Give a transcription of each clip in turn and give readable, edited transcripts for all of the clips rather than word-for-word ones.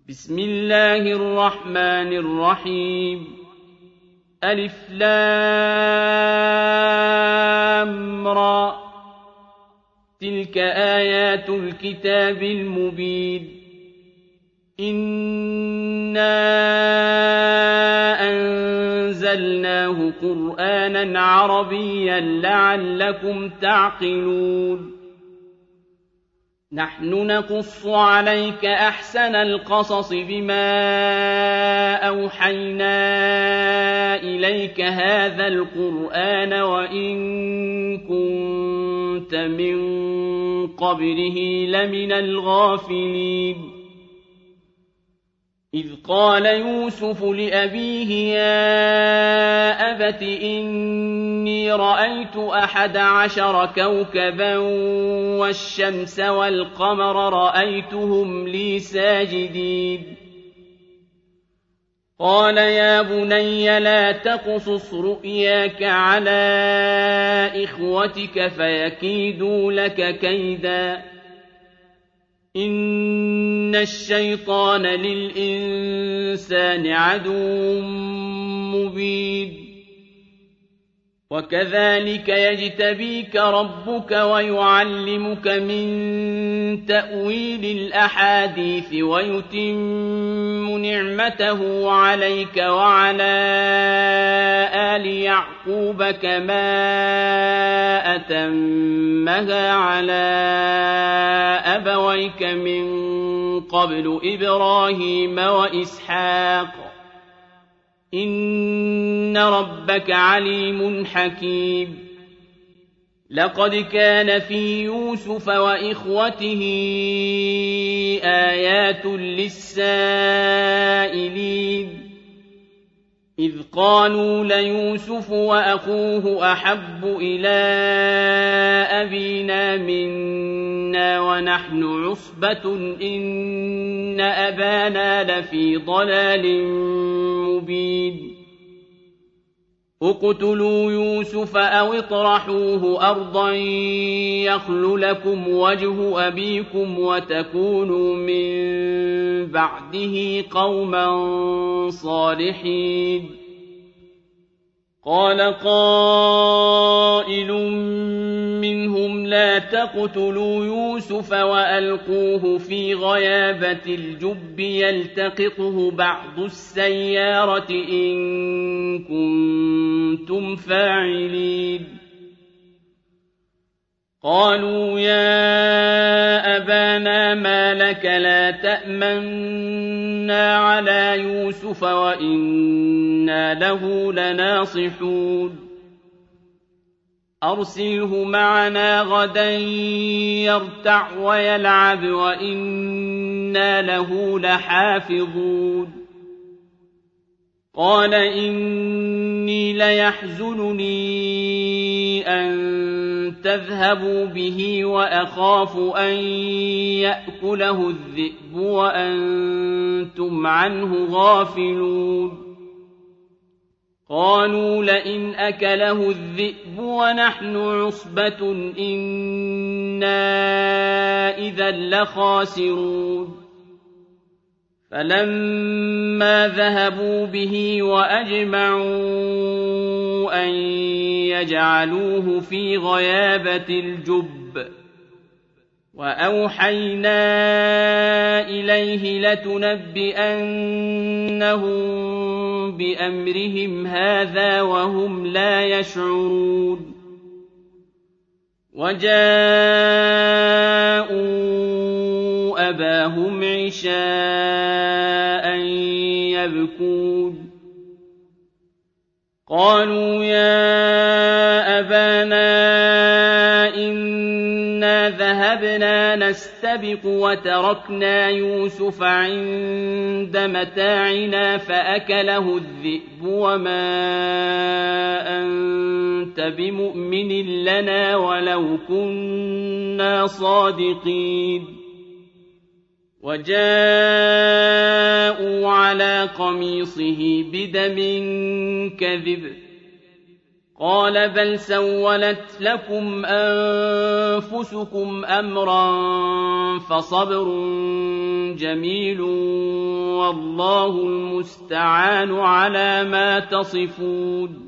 بسم الله الرحمن الرحيم ألف لام را تلك آيات الكتاب المبين إنا أنزلناه قرآنا عربيا لعلكم تعقلون نحن نقص عليك أحسن القصص بما أوحينا إليك هذا القرآن وإن كنت من قبله لمن الغافلين إذ قال يوسف لأبيه يا أبت إني رأيت 11 كوكبا والشمس والقمر رأيتهم لي ساجدين قال يا بني لا تقصص رؤياك على إخوتك فيكيدوا لك كيدا إن الشيطان للإنسان عدو مبين وكذلك يجتبيك ربك ويعلمك من تأويل الأحاديث ويتم نعمته عليك وعلى آل يعقوب كما أتمها على أبويك من قبل إبراهيم وإسحاق إن ربك عليم حكيم لقد كان في يوسف وإخوته آيات للسائلين إذ قالوا ليوسف وأخوه أحب إلى أبينا منا ونحن عصبة إن أبانا لفي ضلال مبين اقتلوا يوسف أو اطرحوه أرضا يخل لكم وجه أبيكم وتكونوا من بعده قوما صالحين قال قائل منهم لا تقتلوا يوسف وألقوه في غيابة الجب يلتقطه بعض السيارة إن كنتم فاعلين قالوا يا أبانا ما لك لا تأمنا على يوسف وإنا له لناصحون أرسله معنا غدا يرتع ويلعب وإنا له لحافظون قال إني ليحزنني أن تذهبوا به وأخاف أن يأكله الذئب وأنتم عنه غافلون قالوا لئن أكله الذئب ونحن عصبة إنا إذا لخاسرون فلما ذهبوا به وأجمعوا أن يجعلوه في غيابة الجب وأوحينا إليه لتنبئنهم بأمرهم هذا وهم لا يشعرون وجاءوا أباهم عشاء يبكون قالوا يا أبانا إنا ذهبنا نستبق وتركنا يوسف عند متاعنا فأكله الذئب وما أنت بمؤمن لنا ولو كنا صادقين وجاءوا على قميصه بدم كذب قال بل سولت لكم أنفسكم أمرا فصبر جميل وَاللَّهُ الْمُسْتَعَانُ عَلَىٰ مَا تَصِفُونَ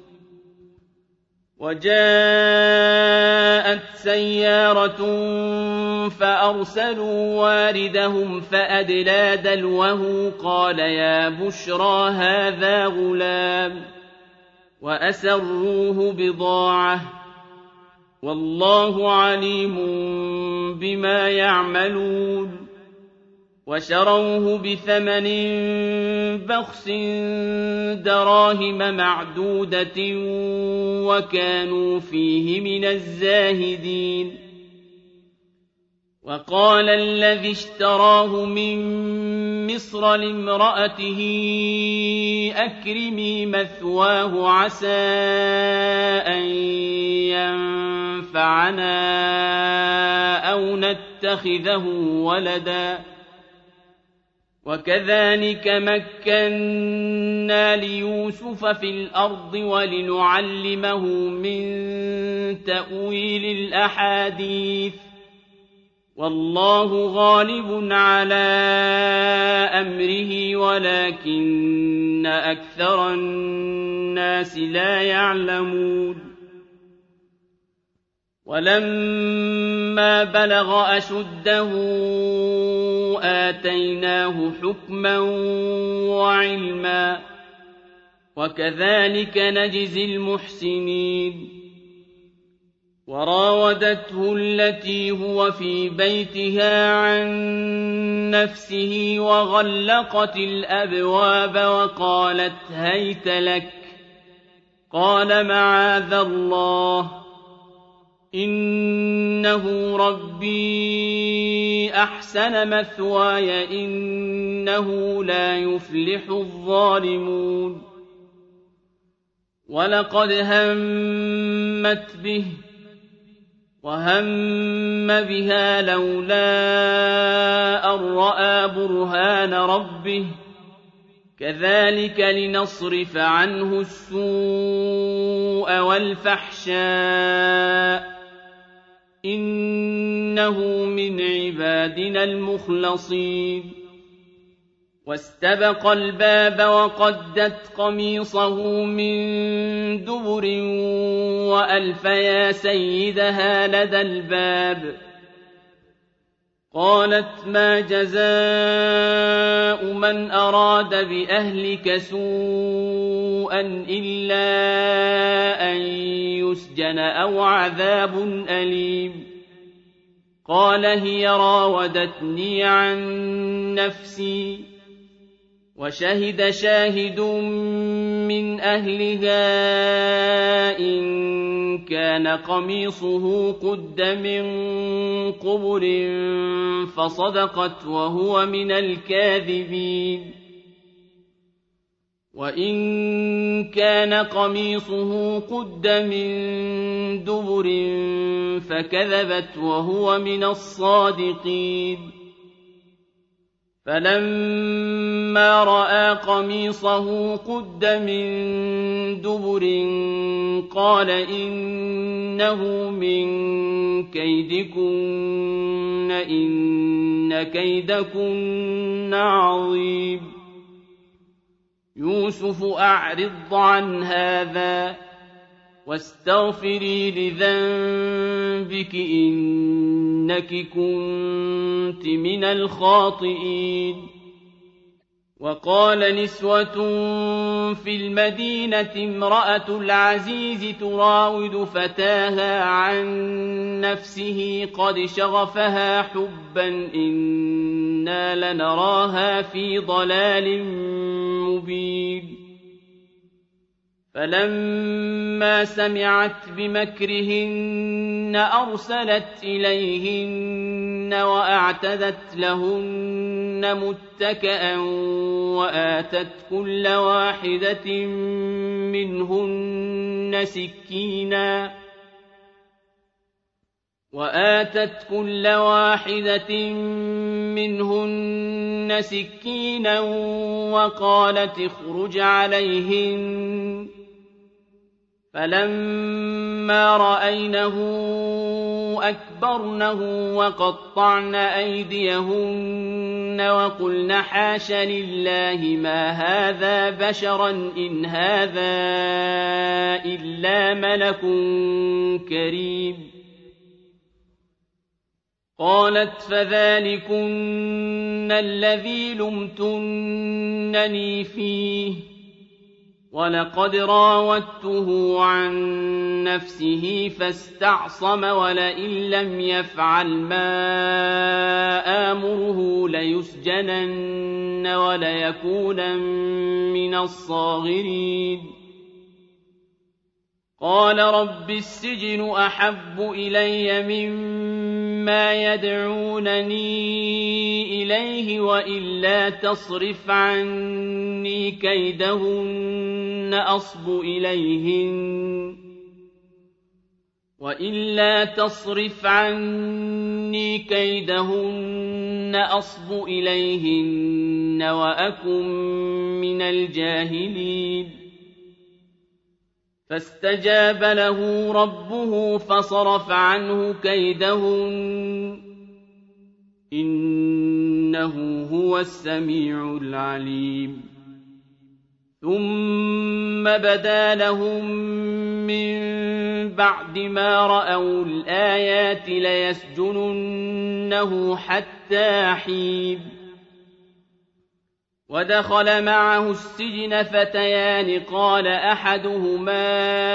وَجَاءَتْ سَيَّارَةٌ فَأَرْسَلُوا وَارِدَهُمْ فَأَدْلَىٰ دَلْوَهُ قَالَ يَا بُشْرَىٰ هَٰذَا غُلَامٌ وَأَسَرُّوهُ بِضَاعَةً ۚ وَاللَّهُ عَلِيمٌ بِمَا يَعْمَلُونَ وَشَرَوْهُ بِثَمَنٍ بَخْسٍ دَرَاهِمَ مَعْدُودَةٍ وَكَانُوا فِيهِ مِنَ الزَّاهِدِينَ وَقَالَ الَّذِي اشْتَرَاهُ مِن مِّصْرَ لِامْرَأَتِهِ أَكْرِمِي مَثْوَاهُ عَسَىٰ أَن يَنفَعَنَا أَوْ نَتَّخِذَهُ وَلَدًا ۚ وَكَذَٰلِكَ مَكَّنَّا لِيُوسُفَ فِي الْأَرْضِ وَلِنُعَلِّمَهُ مِن تَأْوِيلِ الْأَحَادِيثِ ۚ وَاللَّهُ غَالِبٌ عَلَىٰ أَمْرِهِ وَلَٰكِنَّ أَكْثَرَ النَّاسِ لَا يَعْلَمُونَ وَلَمَّا بَلَغَ أَشُدَّهُ آتَيْنَاهُ حُكْمًا وَعِلْمًا ۚ وَكَذَٰلِكَ نَجْزِي الْمُحْسِنِينَ وَرَاوَدَتْهُ الَّتِي هُوَ فِي بَيْتِهَا عَن نَّفْسِهِ وَغَلَّقَتِ الْأَبْوَابَ وَقَالَتْ هَيْتَ لَكَ ۚ قَالَ مَعَاذَ اللَّهِ ۖ إِنَّهُ رَبِّي أَحْسَنَ مَثْوَايَ ۖ إِنَّهُ لَا يُفْلِحُ الظَّالِمُونَ وَلَقَدْ هَمَّتْ بِهِ وَهَمَّ بِهَا لَوْلَا أَن رَّأَىٰ بُرْهَانَ رَبِّهِ ۚ كَذَٰلِكَ لِنَصْرِفَ عَنْهُ السُّوءَ وَالْفَحْشَاءَ ۚ إِنَّهُ مِنْ عِبَادِنَا الْمُخْلَصِينَ وَاسْتَبَقَا الْبَابَ وَقَدَّتْ قَمِيصَهُ مِن دُبُرٍ وَأَلْفَ يَا سَيِّدَهَا لَدَى الْبَابِ ۚ قَالَتْ مَا جَزَاءُ مَنْ أَرَادَ بِأَهْلِكَ سُوءًا إِلَّا أَن يُسْجَنَ أَوْ عَذَابٌ أَلِيمٌ قَالَ هِيَ رَاوَدَتْنِي عَن نَّفْسِي ۚ وَشَهِدَ شَاهِدٌ مِّنْ أَهْلِهَا إِن كَانَ قَمِيصُهُ قُدَّ مِن قُبُلٍ فَصَدَقَتْ وَهُوَ مِنَ الْكَاذِبِينَ وَإِن كَانَ قَمِيصُهُ قُدَّ مِن دُبُرٍ فَكَذَبَتْ وَهُوَ مِنَ الصَّادِقِينَ فَلَمَّا رَأَىٰ قَمِيصَهُ قُدَّ مِن دُبُرٍ قَالَ إِنَّهُ مِن كَيْدِكُنَّ ۖ إِنَّ كَيْدَكُنَّ عَظِيمٌ يُوسُفُ أَعْرِضْ عَنْ هَٰذَا وَاسْتَغْفِرِي لِذَنبِكِ ۖ إِنَّكِ كُنتِ مِنَ الْخَاطِئِينَ وَقَالَ نِسْوَةٌ فِي الْمَدِينَةِ امْرَأَتُ الْعَزِيزِ تُرَاوِدُ فَتَاهَا عَن نَّفْسِهِ قَدْ شَغَفَهَا حُبًّا إِنَّا لَنَرَاهَا فِي ضَلَالٍ مُّبِينٍ فَلَمَّا سَمِعَتْ بِمَكْرِهِنَّ أَرْسَلَتْ إِلَيْهِنَّ وَأَعْتَدَتْ لَهُنَّ مُتَّكَأً وَآتَتْ كُلَّ وَاحِدَةٍ مِّنْهُنَّ سِكِّينًا وَقَالَتِ اخْرُجْ عَلَيْهِنَّ ۖ فَلَمَّا رَأَيْنَهُ أكبرنه وقطعن أيديهن وقلن حاش لله ما هذا بشرا إن هذا إلا ملك كريم. قالت فذلكن الذي لمتنني فيه ولقد راودته عن نفسه فاستعصم ولئن لم يفعل ما آمره ليسجنن وليكونن من الصاغرين. قال رب السجن أحب إلي مما يدعونني إليه وإلا تصرف عني كيدهن أصب إليهن وأكن من الجاهلين. فاستجاب له ربه فصرف عنه كيدهن إنه هو السميع العليم. ثم بدا لهم من بعد ما رأوا الآيات ليسجننه حتى حين. ودخل معه السجن فتيان قال أحدهما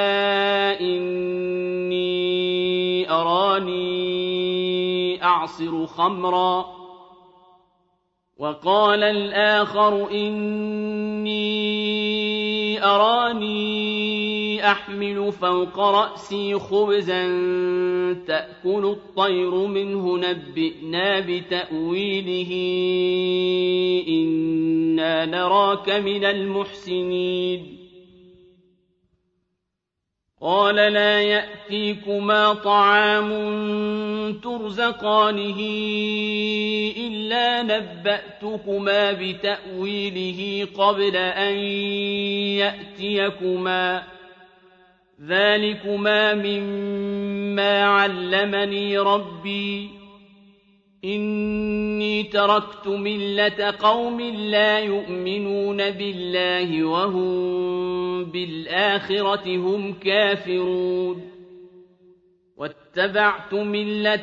إني أراني أعصر خمرا وقال الآخر إني أراني أحمل فوق رأسي خبزا تأكل الطير منه نبئنا بتأويله إنا نراك من المحسنين. قال لا يأتيكما طعام ترزقانه إلا نبأتكما بتأويله قبل أن يأتيكما ذلكما مما علمني ربي إني تركت ملة قوم لا يؤمنون بالله وهم بالآخرة هم كافرون واتبعت ملة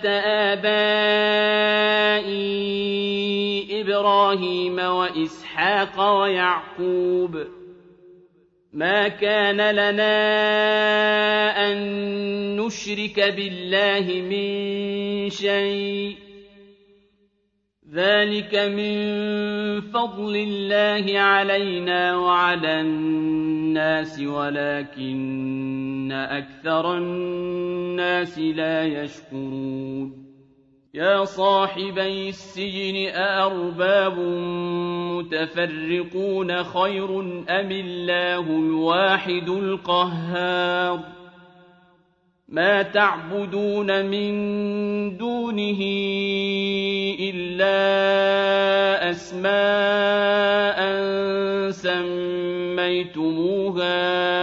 آبائي إبراهيم وإسحاق ويعقوب ما كان لنا أن نشرك بالله من شيء ذلك من فضل الله علينا وعلى الناس ولكن أكثر الناس لا يشكرون. يا صاحبي السجن أأرباب متفرقون خير أم الله الواحد القهار ما تعبدون من دونه إلا أسماء سميتموها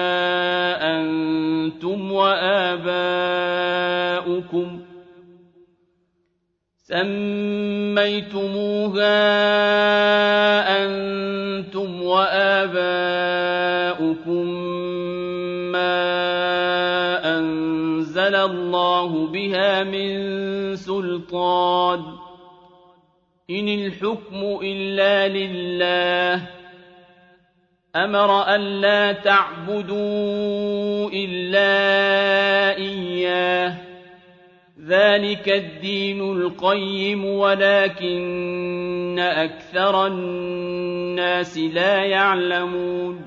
أنتم وآباؤكم ما أنزل الله بها من سلطان إن الحكم إلا لله أمر ألا تعبدوا إلا إياه ذلك الدين القيم ولكن أكثر الناس لا يعلمون.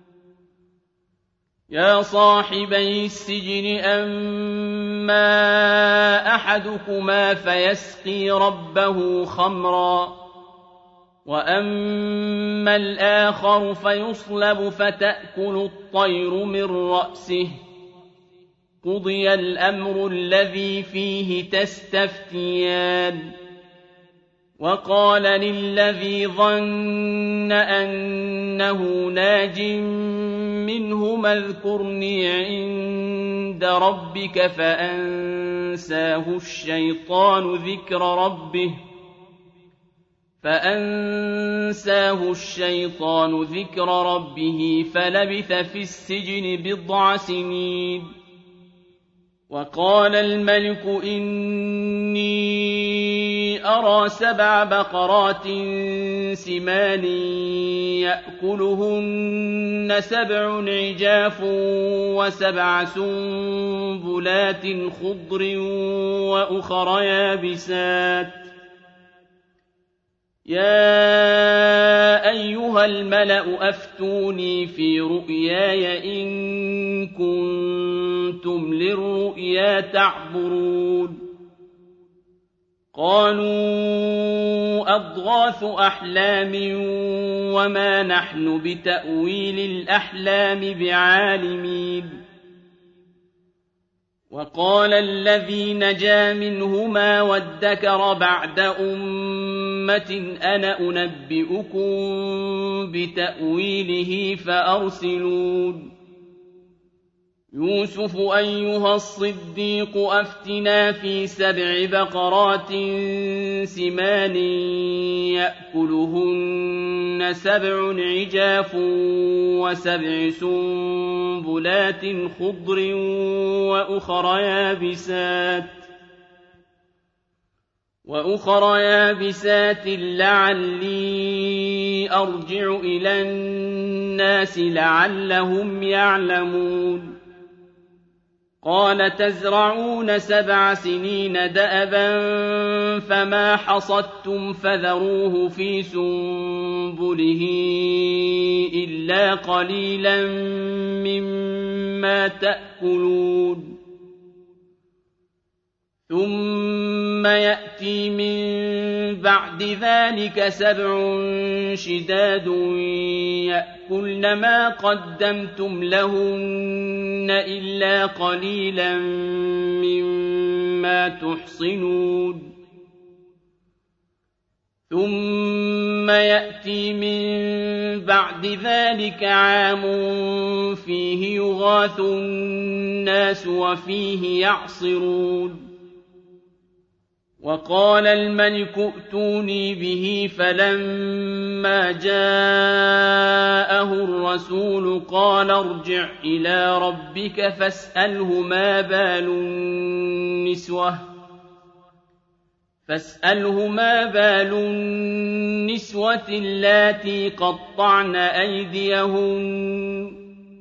يا صاحبي السجن أما أحدكما فيسقي ربه خمرا وأما الآخر فيصلب فتأكل الطير من رأسه قضي الأمر الذي فيه تستفتيان وقال للذي ظن أنه ناج منهما اذكرني عند ربك فأنساه الشيطان ذكر ربه فلبث في السجن بضع سنين. وقال الملك إني أرى 7 بقرات سمان يأكلهن 7 عجاف و7 سنبلات خضر وأخر يابسات يا أيها الملأ أفتوني في رؤياي إن كنتم للرؤيا تعبرون. قالوا أضغاث أحلام وما نحن بتأويل الأحلام بعالمين. وقال الذي نجا منهما وادكر بعد أمة أنا أنبئكم بتأويله فأرسلون. يوسف أيها الصديق أفتنا في 7 بقرات سمان يأكلهن 7 عجاف و7 سنبلات خضر وأخر يابسات لعلي أرجع إلى الناس لعلهم يعلمون. قال تزرعون 7 سنين دأبا فما حصدتم فذروه في سنبله إلا قليلا مما تأكلون. ثم يأتي من بعد ذلك 7 شداد يأكلن ما قدمتم لهن إلا قليلا مما تحصنون. ثم يأتي من بعد ذلك عام فيه يغاث الناس وفيه يعصرون. وقال الملك ائتوني به فلما جاءه الرسول قال ارجع إلى ربك فاسأله ما بال النسوة اللاتي قطعن أيديهن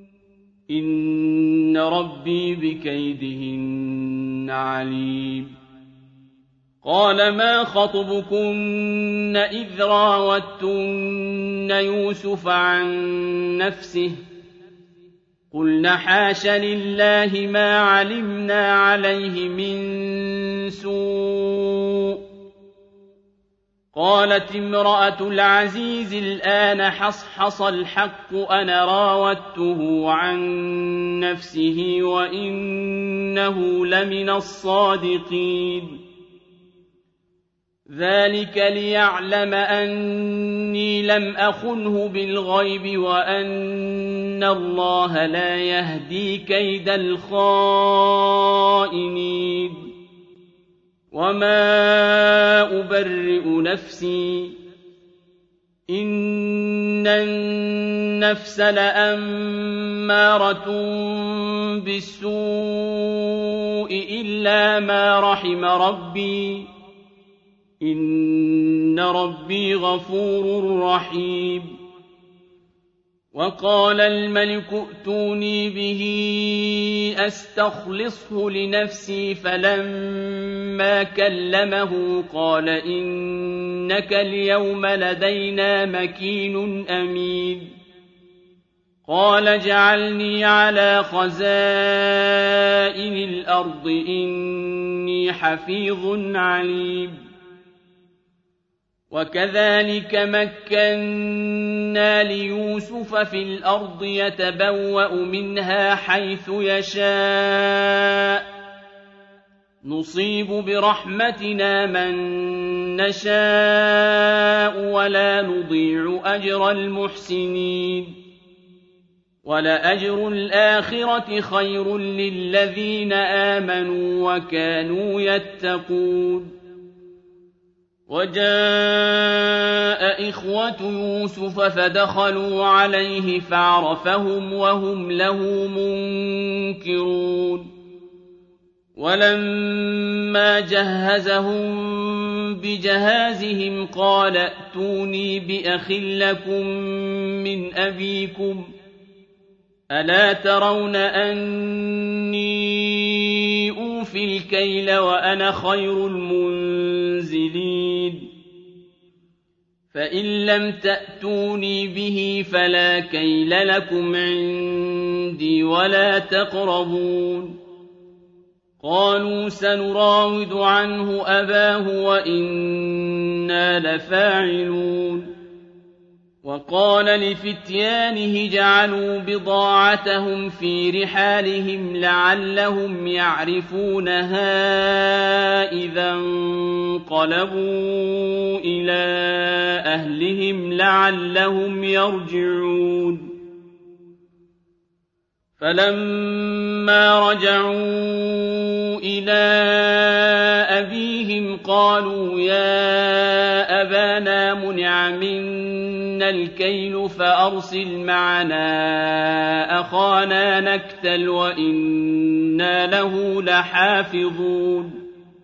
إن ربي بكيدهن عليم. قال ما خطبكن إذ راوتن يوسف عن نفسه قلن حاش لله ما علمنا عليه من سوء. قالت امرأة العزيز الآن حصحص الحق أنا راودته عن نفسه وإنه لمن الصادقين. ذلك ليعلم أني لم أخنه بالغيب وأن الله لا يهدي كيد الخائنين. وما أبرئ نفسي إن النفس لأمارة بالسوء إلا ما رحم ربي إن ربي غفور رحيم. وقال الملك ائتوني به أستخلصه لنفسي فلما كلمه قال إنك اليوم لدينا مكين أمين. قال اجعلني على خزائن الأرض إني حفيظ عليم. وكذلك مكنا ليوسف في الأرض يتبوأ منها حيث يشاء نصيب برحمتنا من نَشَاءُ وَلَا نُضِيعُ أَجْرَ الْمُحْسِنِينَ وَلَأَجْرُ الْآخِرَةِ خَيْرٌ لِّلَّذِينَ آمَنُوا وَكَانُوا يَتَّقُونَ وَجَاءَ إِخْوَةُ يُوسُفَ فَدَخَلُوا عَلَيْهِ فَعَرَفَهُمْ وَهُمْ لَهُ مُنكِرُونَ وَلَمَّا جَهَّزَهُم بِجَهَازِهِمْ قَالَ ائْتُونِي بِأَخٍ لَّكُم مِّنْ أَبِيكُمْ أَلَا تَرَوْنَ أَنِّي أُوفِي الْكَيْلَ وَأَنَا خَيْرُ الْمُنزِلِينَ فَإِن لَّمْ تَأْتُونِي بِهِ فَلَا كَيْلَ لَكُمْ عِندِي وَلَا تَقْرَبُونِ قَالُوا سَنُرَاوِدُ عَنْهُ أَبَاهُ وَإِنَّا لَفَاعِلُونَ وَقَالَ لِفِتْيَانِهِ جَعَلُوا بِضَاعَتَهُمْ فِي رِحَالِهِمْ لَعَلَّهُمْ يَعْرِفُونَهَا إِذَا انقَلَبُوا إِلَىٰ أَهْلِهِمْ لَعَلَّهُمْ يَرْجِعُونَ فَلَمَّا رَجَعُوا إِلَىٰ أَبِيهِمْ قَالُوا يَا أَبَانَا مُنِعَ مِنَّا الْكَيْلُ فَأَرْسِلْ مَعَنَا أَخَانَا نَكْتَلْ وَإِنَّا لَهُ لَحَافِظُونَ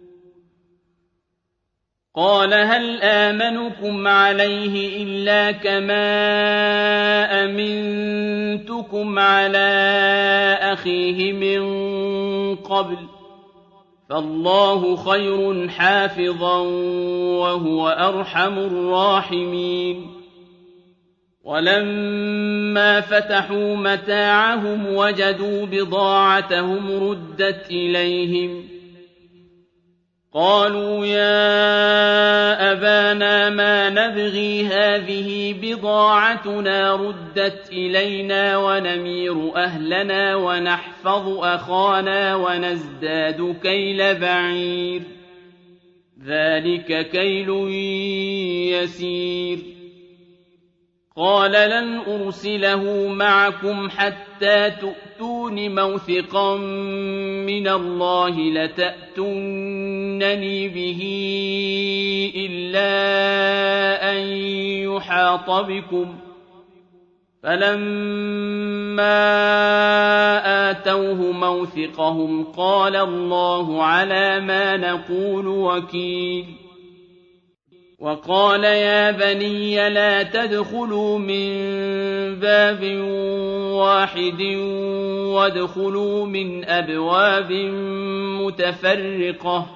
قَالَ هَلْ آمَنُكُمْ عَلَيْهِ إِلَّا كَمَا أَمِنتُكُمْ عَلَىٰ أَخِيهِ مِن قَبْلُ فَاللَّهُ خَيْرٌ حَافِظًا وَهُوَ أَرْحَمُ الرَّاحِمِينَ وَلَمَّا فَتَحُوا مَتَاعَهُمْ وَجَدُوا بِضَاعَتَهُمْ رُدَّتْ إِلَيْهِمْ قَالُوا يَا أَبَانَا مَا نَبْغِي هَٰذِهِ بِضَاعَتُنَا رُدَّتْ إِلَيْنَا وَنَمِيرُ أَهْلَنَا وَنَحْفَظُ أَخَانَا وَنَزْدَادُ كَيْلَ بَعِيرٍ ۖ ذَٰلِكَ كَيْلٌ يَسِيرٌ قَالَ لَنْ أُرْسِلَهُ مَعَكُمْ حَتَّىٰ تُؤْتُونِ مَوْثِقًا مِّنَ اللَّهِ لَتَأْتُنَّنِي بِهِ إِلَّا أَن يُحَاطَ بِكُمْ ۖ فَلَمَّا آتَوْهُ مَوْثِقَهُمْ قَالَ اللَّهُ عَلَىٰ مَا نَقُولُ وَكِيلٌ وَقَالَ يَا بَنِيَّ لَا تَدْخُلُوا مِن بَابٍ وَاحِدٍ وَادْخُلُوا مِنْ أَبْوَابٍ مُّتَفَرِّقَةٍ ۖ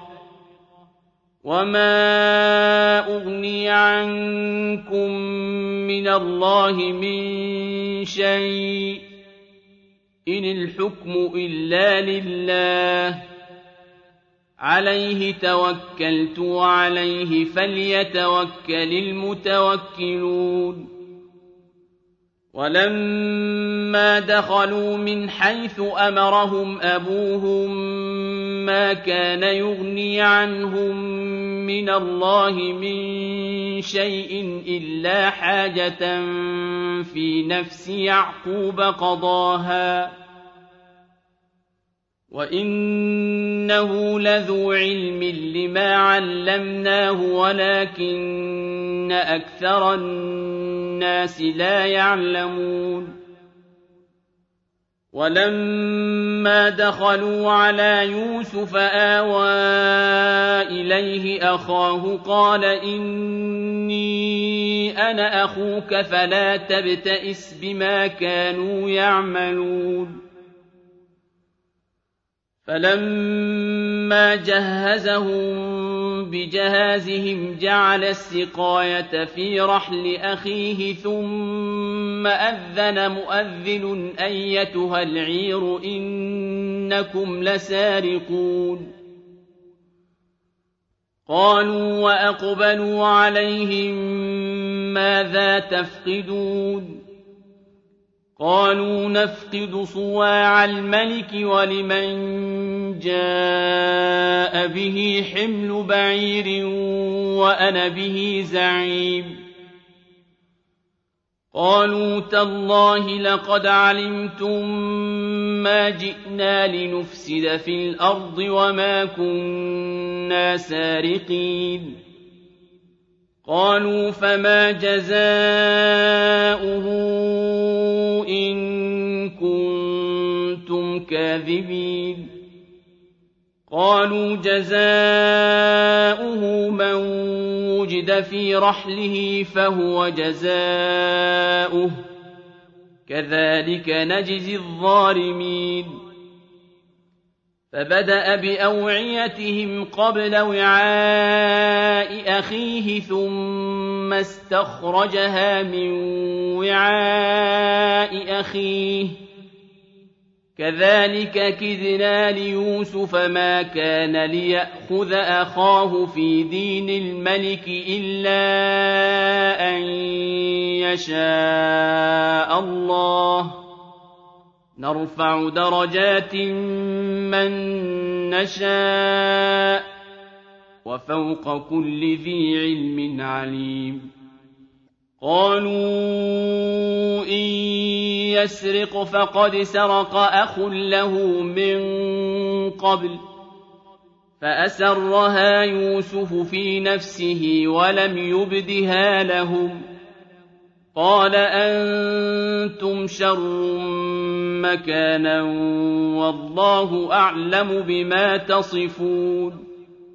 وَمَا أُغْنِي عَنكُم مِّنَ اللَّهِ مِن شَيْءٍ ۖ إِنِ الْحُكْمُ إِلَّا لِلَّهِ عَلَيْهِ تَوَكَّلْتُ وَعَلَيْهِ فَلْيَتَوَكَّلِ الْمُتَوَكِّلُونَ وَلَمَّا دَخَلُوا مِنْ حَيْثُ أَمَرَهُمْ أَبُوهُم مَّا كَانَ يُغْنِي عَنْهُم مِّنَ اللَّهِ مِن شَيْءٍ إِلَّا حَاجَةً فِي نَفْسِ يَعْقُوبَ قَضَاهَا ۚ وَإِنَّهُ لَذُو عِلْمٍ لِّمَا عَلَّمْنَاهُ وَلَٰكِنَّ أَكْثَرَ النَّاسِ لَا يَعْلَمُونَ وَلَمَّا دَخَلُوا عَلَىٰ يُوسُفَ آوَىٰ إِلَيْهِ أَخَاهُ قَالَ إِنِّي أَنَا أَخُوكَ فَلَا تَبْتَئِسْ بِمَا كَانُوا يَعْمَلُونَ فَلَمَّا جَهَّزَهُم بِجَهَازِهِمْ جَعَلَ السِّقَايَةَ فِي رَحْلِ أَخِيهِ ثُمَّ أَذَّنَ مُؤَذِّنٌ أَيَّتُهَا الْعِيرُ إِنَّكُمْ لَسَارِقُونَ قَالُوا وَأَقْبَلُوا عَلَيْهِم مَّاذَا تَفْقِدُونَ قالوا نفقد صواع الملك ولمن جاء به حمل بعير وأنا به زعيم قالوا تالله لقد علمتم ما جئنا لنفسد في الأرض وما كنا سارقين قالوا فما جزاؤه إن كنتم كاذبين قالوا جزاؤه من وجد في رحله فهو جزاؤه كذلك نجزي الظالمين فبدأ بأوعيتهم قبل وعاء أخيه ثم استخرجها من وعاء أخيه كذلك كدنا ليوسف ما كان ليأخذ أخاه في دين الملك إلا أن يشاء الله نرفع درجات من نشاء وفوق كل ذي علم عليم قالوا إن يسرق فقد سرق أخ له من قبل فأسرها يوسف في نفسه ولم يبدها لهم قال أنتم شر مكانا والله أعلم بما تصفون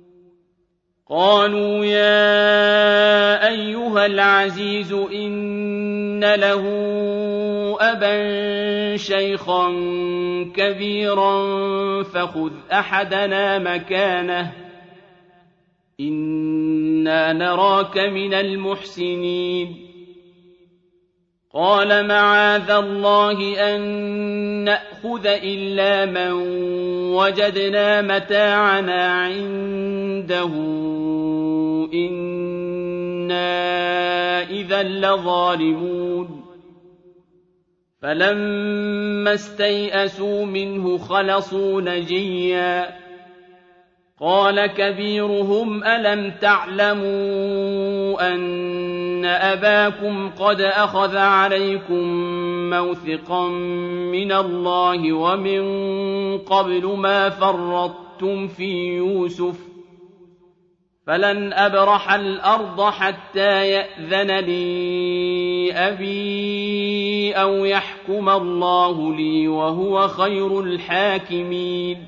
قالوا يا أيها العزيز إن له أبا شيخا كبيرا فخذ أحدنا مكانه إنا نراك من المحسنين قال معاذ الله أن نأخذ إلا من وجدنا متاعنا عنده إنا إذا لظالمون فلما استيئسوا منه خلصوا نجيا قال كبيرهم ألم تعلموا أن أباكم قد أخذ عليكم موثقا من الله ومن قبل ما فرطتم في يوسف فلن أبرح الأرض حتى يأذن لي أبي أو يحكم الله لي وهو خير الحاكمين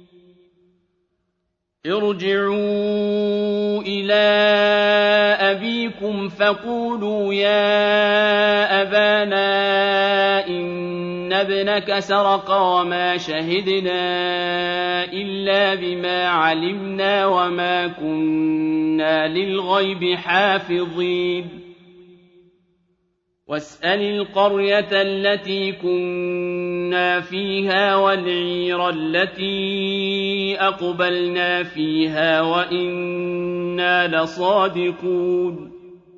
ارجعوا إلى أبيكم فقولوا يا أبانا إن ابنك سرق وما شهدنا إلا بما علمنا وما كنا للغيب حافظين واسأل القرية التي كنا فيها والعير التي أقبلنا فيها وإنا لصادقون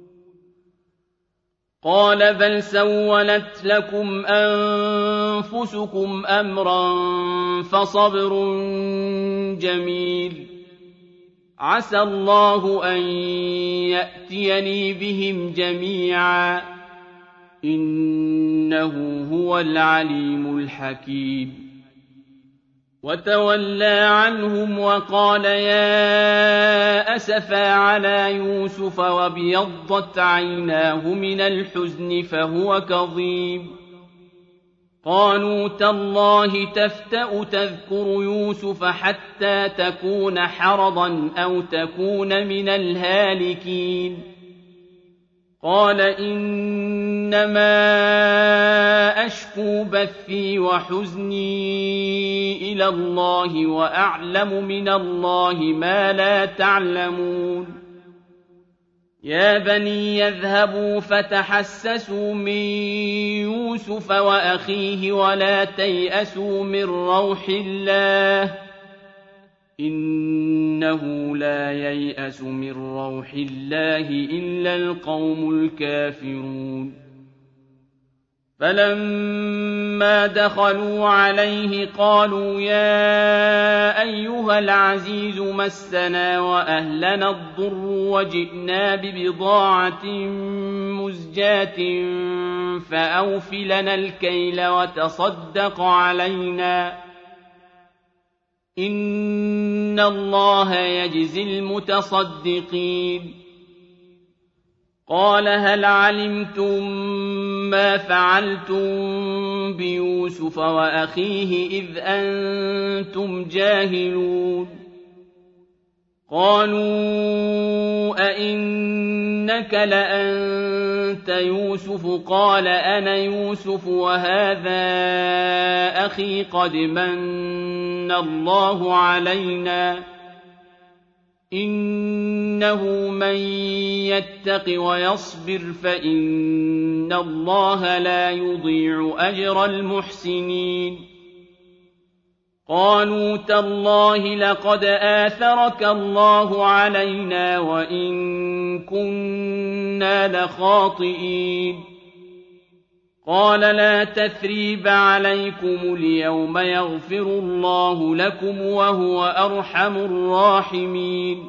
قال بل سولت لكم أنفسكم أمرا فصبر جميل عسى الله أن يأتيني بهم جميعا إنه هو العليم الحكيم وتولى عنهم وقال يا أسفا على يوسف وابيضت عيناه من الحزن فهو كظيم قالوا تالله تفتأ تذكر يوسف حتى تكون حرضا أو تكون من الهالكين قال إنما أشكو بثي وحزني إلى الله وأعلم من الله ما لا تعلمون يا بني يذهبوا فتحسسوا من يوسف وأخيه ولا تيأسوا من روح الله إنه لا ييأس من روح الله إلا القوم الكافرون فلما دخلوا عليه قالوا يا أيها العزيز مسنا وأهلنا الضر وجئنا ببضاعة مزجاة فأوف لنا الكيل وتصدق علينا إن الله يجزي المتصدقين قال هل علمتم ما فعلتم بيوسف وأخيه إذ أنتم جاهلون قالوا أئنك لأنت يوسف قال أنا يوسف وهذا أخي قد من الله علينا إنه من يتق ويصبر فإن الله لا يضيع أجر المحسنين قالوا تالله لقد آثرك الله علينا وإن كنا لخاطئين قال لا تثريب عليكم اليوم يغفر الله لكم وهو أرحم الراحمين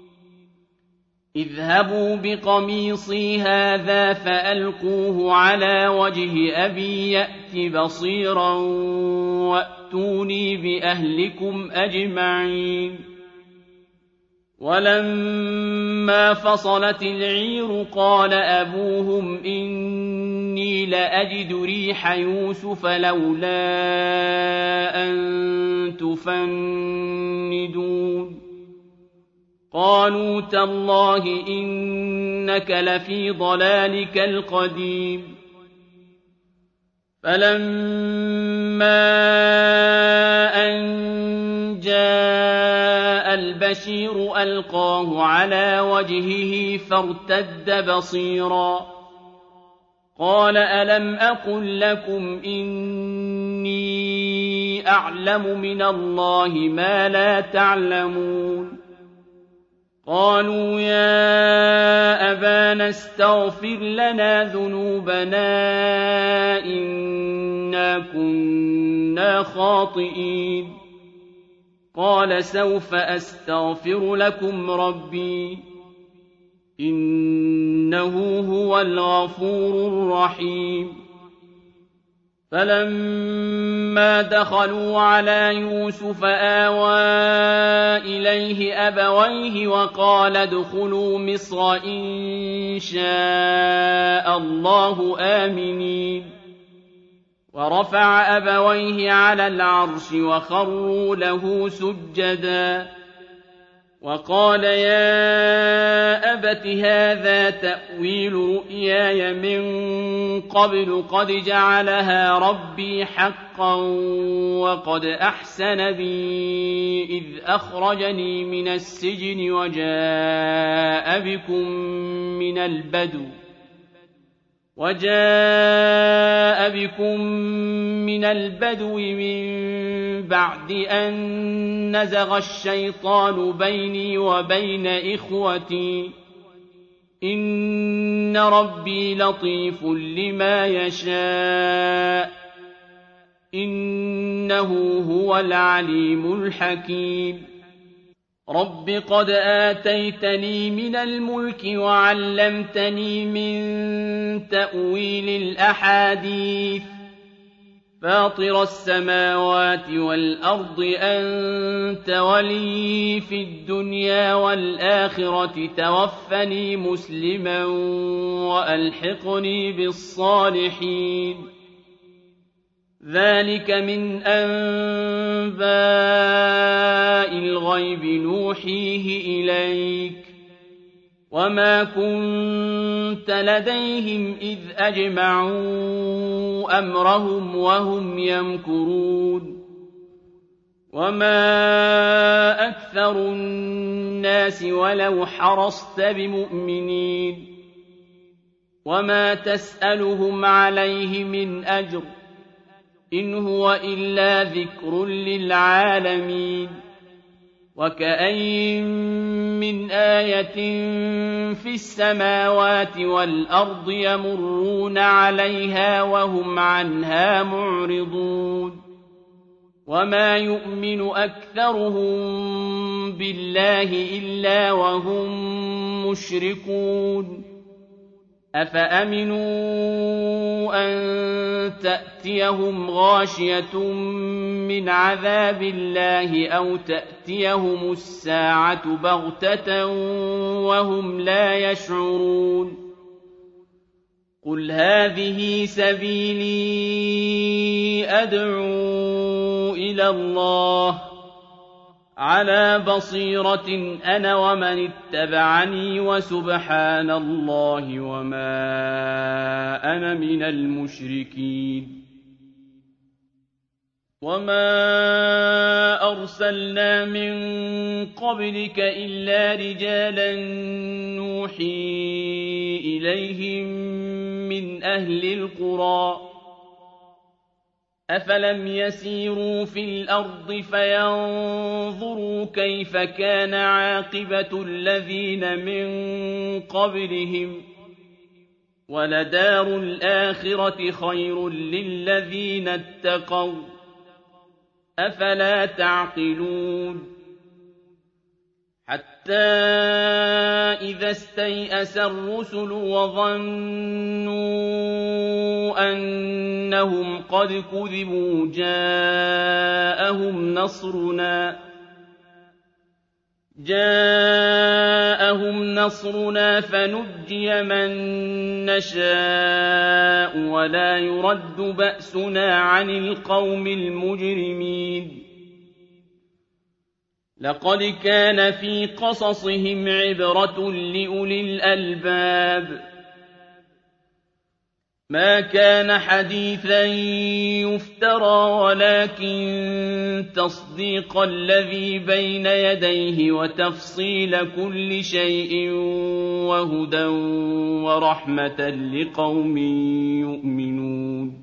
اذهبوا بقميصي هذا فألقوه على وجه أبي يأت بصيرا وأتوني بأهلكم أجمعين ولما فصلت العير قال أبوهم إني لأجد ريح يوسف لولا أن تفندون قالوا تالله إنك لفي ضلالك القديم فلما أن جاء البشير ألقاه على وجهه فارتد بصيرا قال ألم أقل لكم إني أعلم من الله ما لا تعلمون قالوا يا أبانا استغفر لنا ذنوبنا إنا كنا خاطئين قال سوف أستغفر لكم ربي إنه هو الغفور الرحيم فلما دخلوا على يوسف آوى إليه أبويه وقال ادخلوا مصر إن شاء الله آمنين ورفع أبويه على العرش وخروا له سجدا وقال يا أبت هذا تأويل رؤياي من قبل قد جعلها ربي حقا وقد أحسن بي إذ أخرجني من السجن وجاء بكم من البدو من بعد أن نزغ الشيطان بيني وبين إخوتي إن ربي لطيف لما يشاء إنه هو العليم الحكيم رب قد آتيتني من الملك وعلمتني من تأويل الأحاديث فاطر السماوات والأرض أنت ولي في الدنيا والآخرة توفني مسلما وألحقني بالصالحين ذلك من أنباء الغيب نوحيه إليك وما كنت لديهم إذ أجمعوا أمرهم وهم يمكرون وما أكثر الناس ولو حرصت بمؤمنين وما تسألهم عليه من أجر إن هو إلا ذكر للعالمين وكأين مِّنْ آيَةٍ فِي السَّمَاوَاتِ وَالْأَرْضِ يَمُرُّونَ عَلَيْهَا وَهُمْ عَنْهَا مُعْرِضُونَ وَمَا يُؤْمِنُ أَكْثَرُهُم بِاللَّهِ إِلَّا وَهُم مُّشْرِكُونَ أَفَأَمِنُوا أَن تَأْتِيَهُمْ غَاشِيَةٌ مِّنْ عَذَابِ اللَّهِ أَوْ تَأْتِيَهُمُ السَّاعَةُ بَغْتَةً وَهُمْ لَا يَشْعُرُونَ قُلْ هَٰذِهِ سَبِيلِي أَدْعُو إِلَى اللَّهِ عَلَىٰ بَصِيرَةٍ أَنَا وَمَنِ اتَّبَعَنِي وَسُبْحَانَ اللَّهِ وَمَا أَنَا مِنَ الْمُشْرِكِينَ وَمَا أَرْسَلْنَا مِن قَبْلِكَ إِلَّا رِجَالًا نُّوحِي إِلَيْهِم مِّنْ أَهْلِ الْقُرَىٰ ۗ أَفَلَمْ يَسِيرُوا فِي الْأَرْضِ فَيَنظُرُوا كَيْفَ كَانَ عَاقِبَةُ الَّذِينَ مِن قَبْلِهِمْ ۗ وَلَدَارُ الْآخِرَةِ خَيْرٌ لِّلَّذِينَ اتَّقَوْا ۗ أَفَلَا تَعْقِلُونَ حَتَّىٰ إِذَا اسْتَيْأَسَ الرُّسُلُ وَظَنُّوا أَنَّهُمْ قَدْ كُذِبُوا جَاءَهُمْ نَصْرُنَا فَنُجِّيَ مَن نَّشَاءُ وَلَا يُرَدُّ بَأْسُنَا عَنِ الْقَوْمِ الْمُجْرِمِينَ لَقَدْ كَانَ فِي قَصَصِهِمْ عِبْرَةٌ لِّأُولِي الْأَلْبَابِ مَا كَانَ حَدِيثًا يُفْتَرَىٰ وَلَٰكِن تَصْدِيقَ الَّذِي بَيْنَ يَدَيْهِ وَتَفْصِيلَ كُلِّ شَيْءٍ وَهُدًى وَرَحْمَةً لِّقَوْمٍ يُؤْمِنُونَ